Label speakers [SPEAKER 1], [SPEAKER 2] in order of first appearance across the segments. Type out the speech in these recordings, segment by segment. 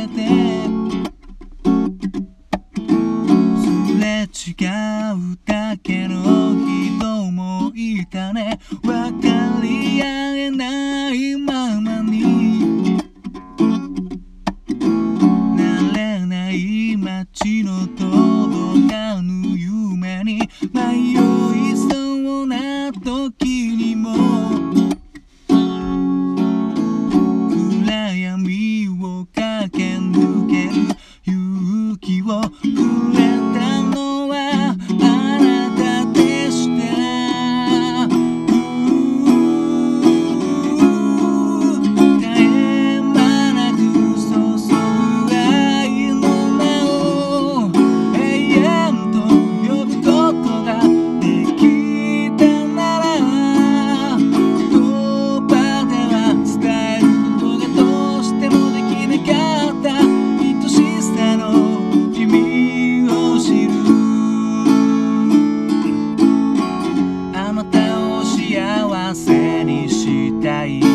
[SPEAKER 1] れてすれ違うだけの人もいたね。分かり合えないままに慣れない街の届かぬ夢に迷いそうな時にも暗闇を駆け抜ける勇気をくれたのはあなたでした。絶え間なく注ぐ愛の名を永遠と呼ぶことができたなら、言葉では伝えることがどうしてもできなかった愛しさの意味を知る。あなたを幸せにしたい、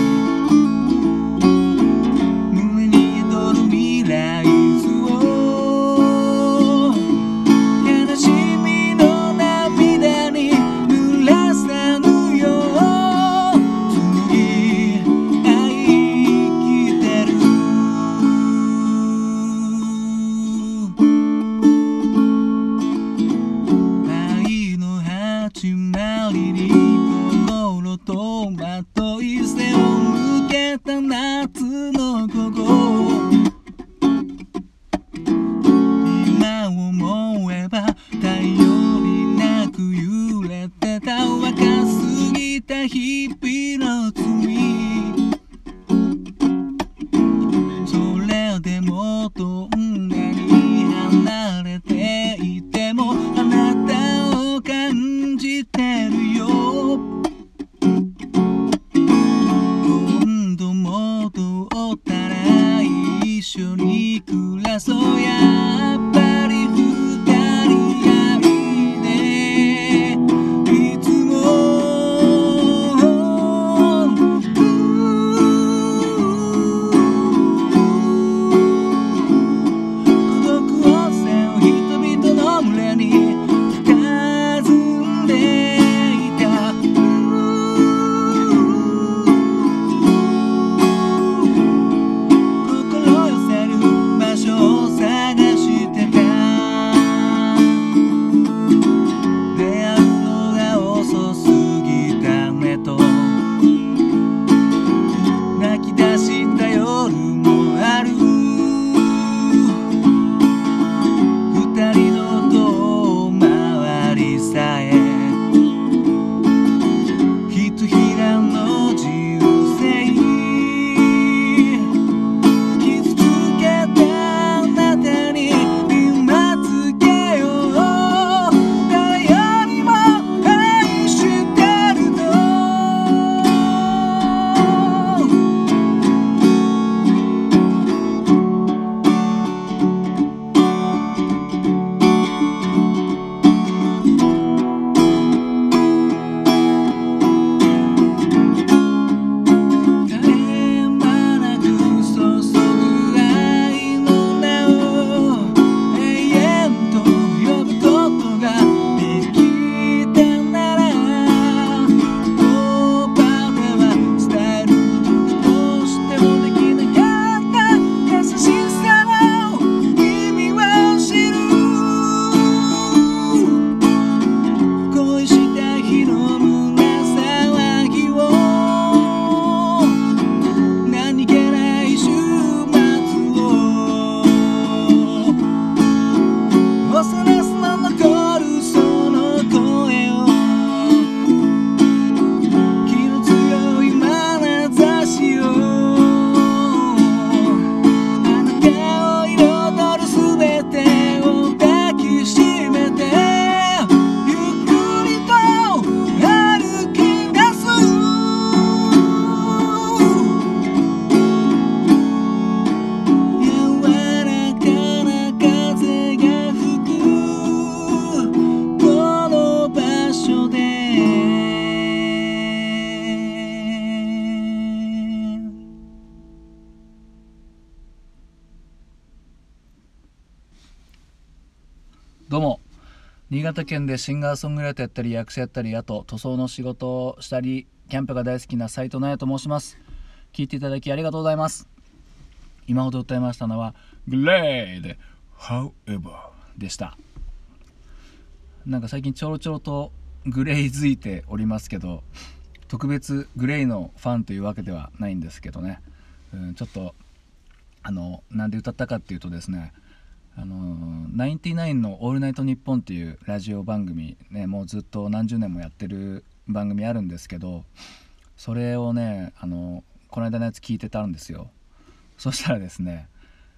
[SPEAKER 1] 胸に宿る未来図を悲しみの涙に濡らさぬよう紡ぎ生きてる。愛の始まりに心とまとい背を向けた夏の午後、今思えば頼りなく揺れてた若すぎた日々の罪。それでもどんなに離れていてもあなたを感じてるよ。今度戻ったら一緒に暮らそう。やっぱり二人愛でいつも孤独を背負う人々の群れに佇んでいた。心寄せる場所を探してどうも、新潟県でシンガーソングライターやったり役者やったり、あと塗装の仕事をしたりキャンプが大好きな斉藤直也と申します。聞いていただきありがとうございます。今ほど歌いましたのはグレイで However でした。なんか最近ちょろちょろとグレイづいておりますけど、特別グレイのファンというわけではないんですけどね、ちょっとなんで歌ったかっていうとですね、ナインティナインのオールナイトニッポンっていうラジオ番組ね、もうずっと何十年もやってる番組あるんですけど、それをねこの間のやつ聞いてたんですよ。そしたらですね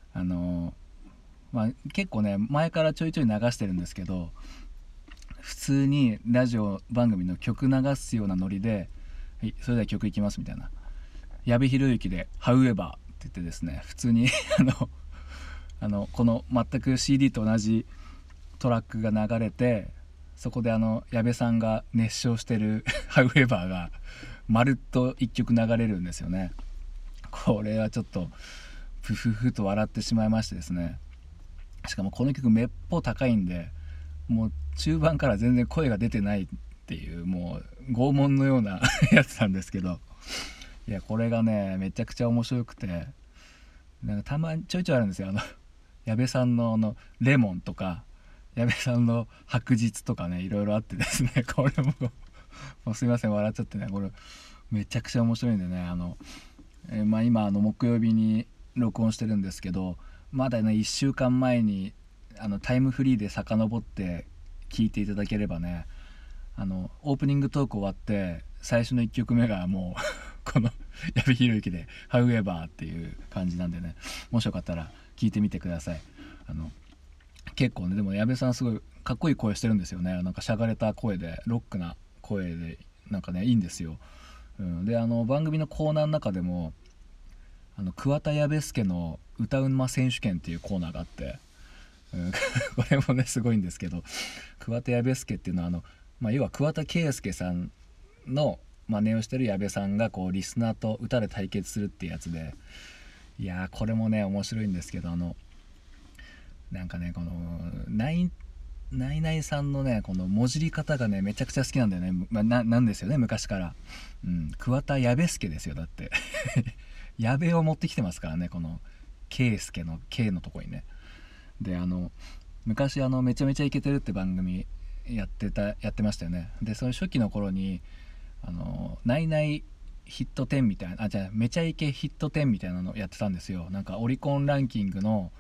[SPEAKER 1] 結構ね前からちょいちょい流してるんですけど、普通にラジオ番組の曲流すようなノリで、はい、それでは曲いきますみたいな、矢部浩之で However って言ってですね、普通にこの全く CD と同じトラックが流れて、そこで矢部さんが熱唱してるHowever がまるっと一曲流れるんですよね。これはちょっとプフフと笑ってしまいましてですね、しかもこの曲めっぽう高いんで、もう中盤から全然声が出てないっていう、もう拷問のようなやつなんですけど、いやこれがねめちゃくちゃ面白くて、なんかたまにちょいちょいあるんですよ。矢部さんのレモンとか矢部さんの白日とかね、いろいろあってですね、これもうすいません笑っちゃってね、これめちゃくちゃ面白いんでね、今木曜日に録音してるんですけど、まだね1週間前にタイムフリーで遡って聞いていただければね、オープニングトーク終わって最初の1曲目がもうこの矢部浩之で However っていう感じなんでね、もしよかったら聞いてみてください。結構ね、でも矢部さんすごいかっこいい声してるんですよね。なんかしゃがれた声でロックな声でなんかねいいんですよ。で番組のコーナーの中でも桑田矢部助の歌うま選手権っていうコーナーがあって、これもねすごいんですけど、桑田矢部助っていうのは要は桑田佳祐さんの真似をしてる矢部さんがこうリスナーと歌で対決するっていうやつで、いやこれもね面白いんですけど、なんかねこのナイナイさんのねこのもじり方がねめちゃくちゃ好きなんだよね、なんですよね昔から、桑田矢部助ですよ、だって矢部を持ってきてますからね、この圭介の K のとこにね。で昔めちゃめちゃイケてるって番組やってましたよね。でその初期の頃にナイナイヒット10みたいな、じゃあめちゃイケヒット10みたいなのやってたんですよ。なんかオリコンランキングの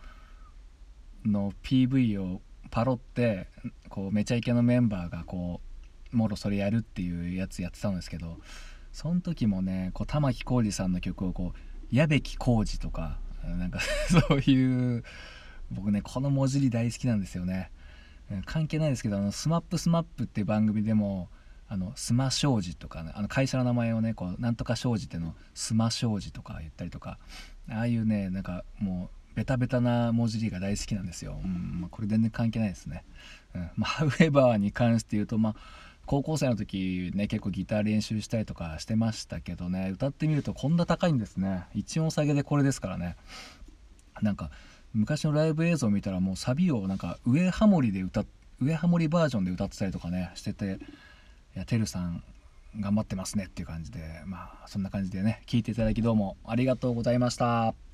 [SPEAKER 1] PV をパロってこうめちゃイケのメンバーがこうもろそれやるっていうやつやってたんですけど、その時もねこう玉置浩二さんの曲をこう矢部浩二とかなんかそういう、僕ねこの文字り大好きなんですよね。関係ないですけどスマップスマップっていう番組でもスマ商事とか、ね、会社の名前をねこうなんとか商事ってのスマ商事とか言ったりとか、ああいうねなんかもうベタベタな文字りが大好きなんですよ。これ全然関係ないですね。However に関して言うと、高校生の時ね結構ギター練習したりとかしてましたけどね、歌ってみるとこんな高いんですね。一音下げでこれですからね。なんか昔のライブ映像を見たらもうサビをなんか上ハモリバージョンで歌ってたりとかねしてて、いやてるさん頑張ってますねっていう感じで、そんな感じでね聞いていただきどうもありがとうございました。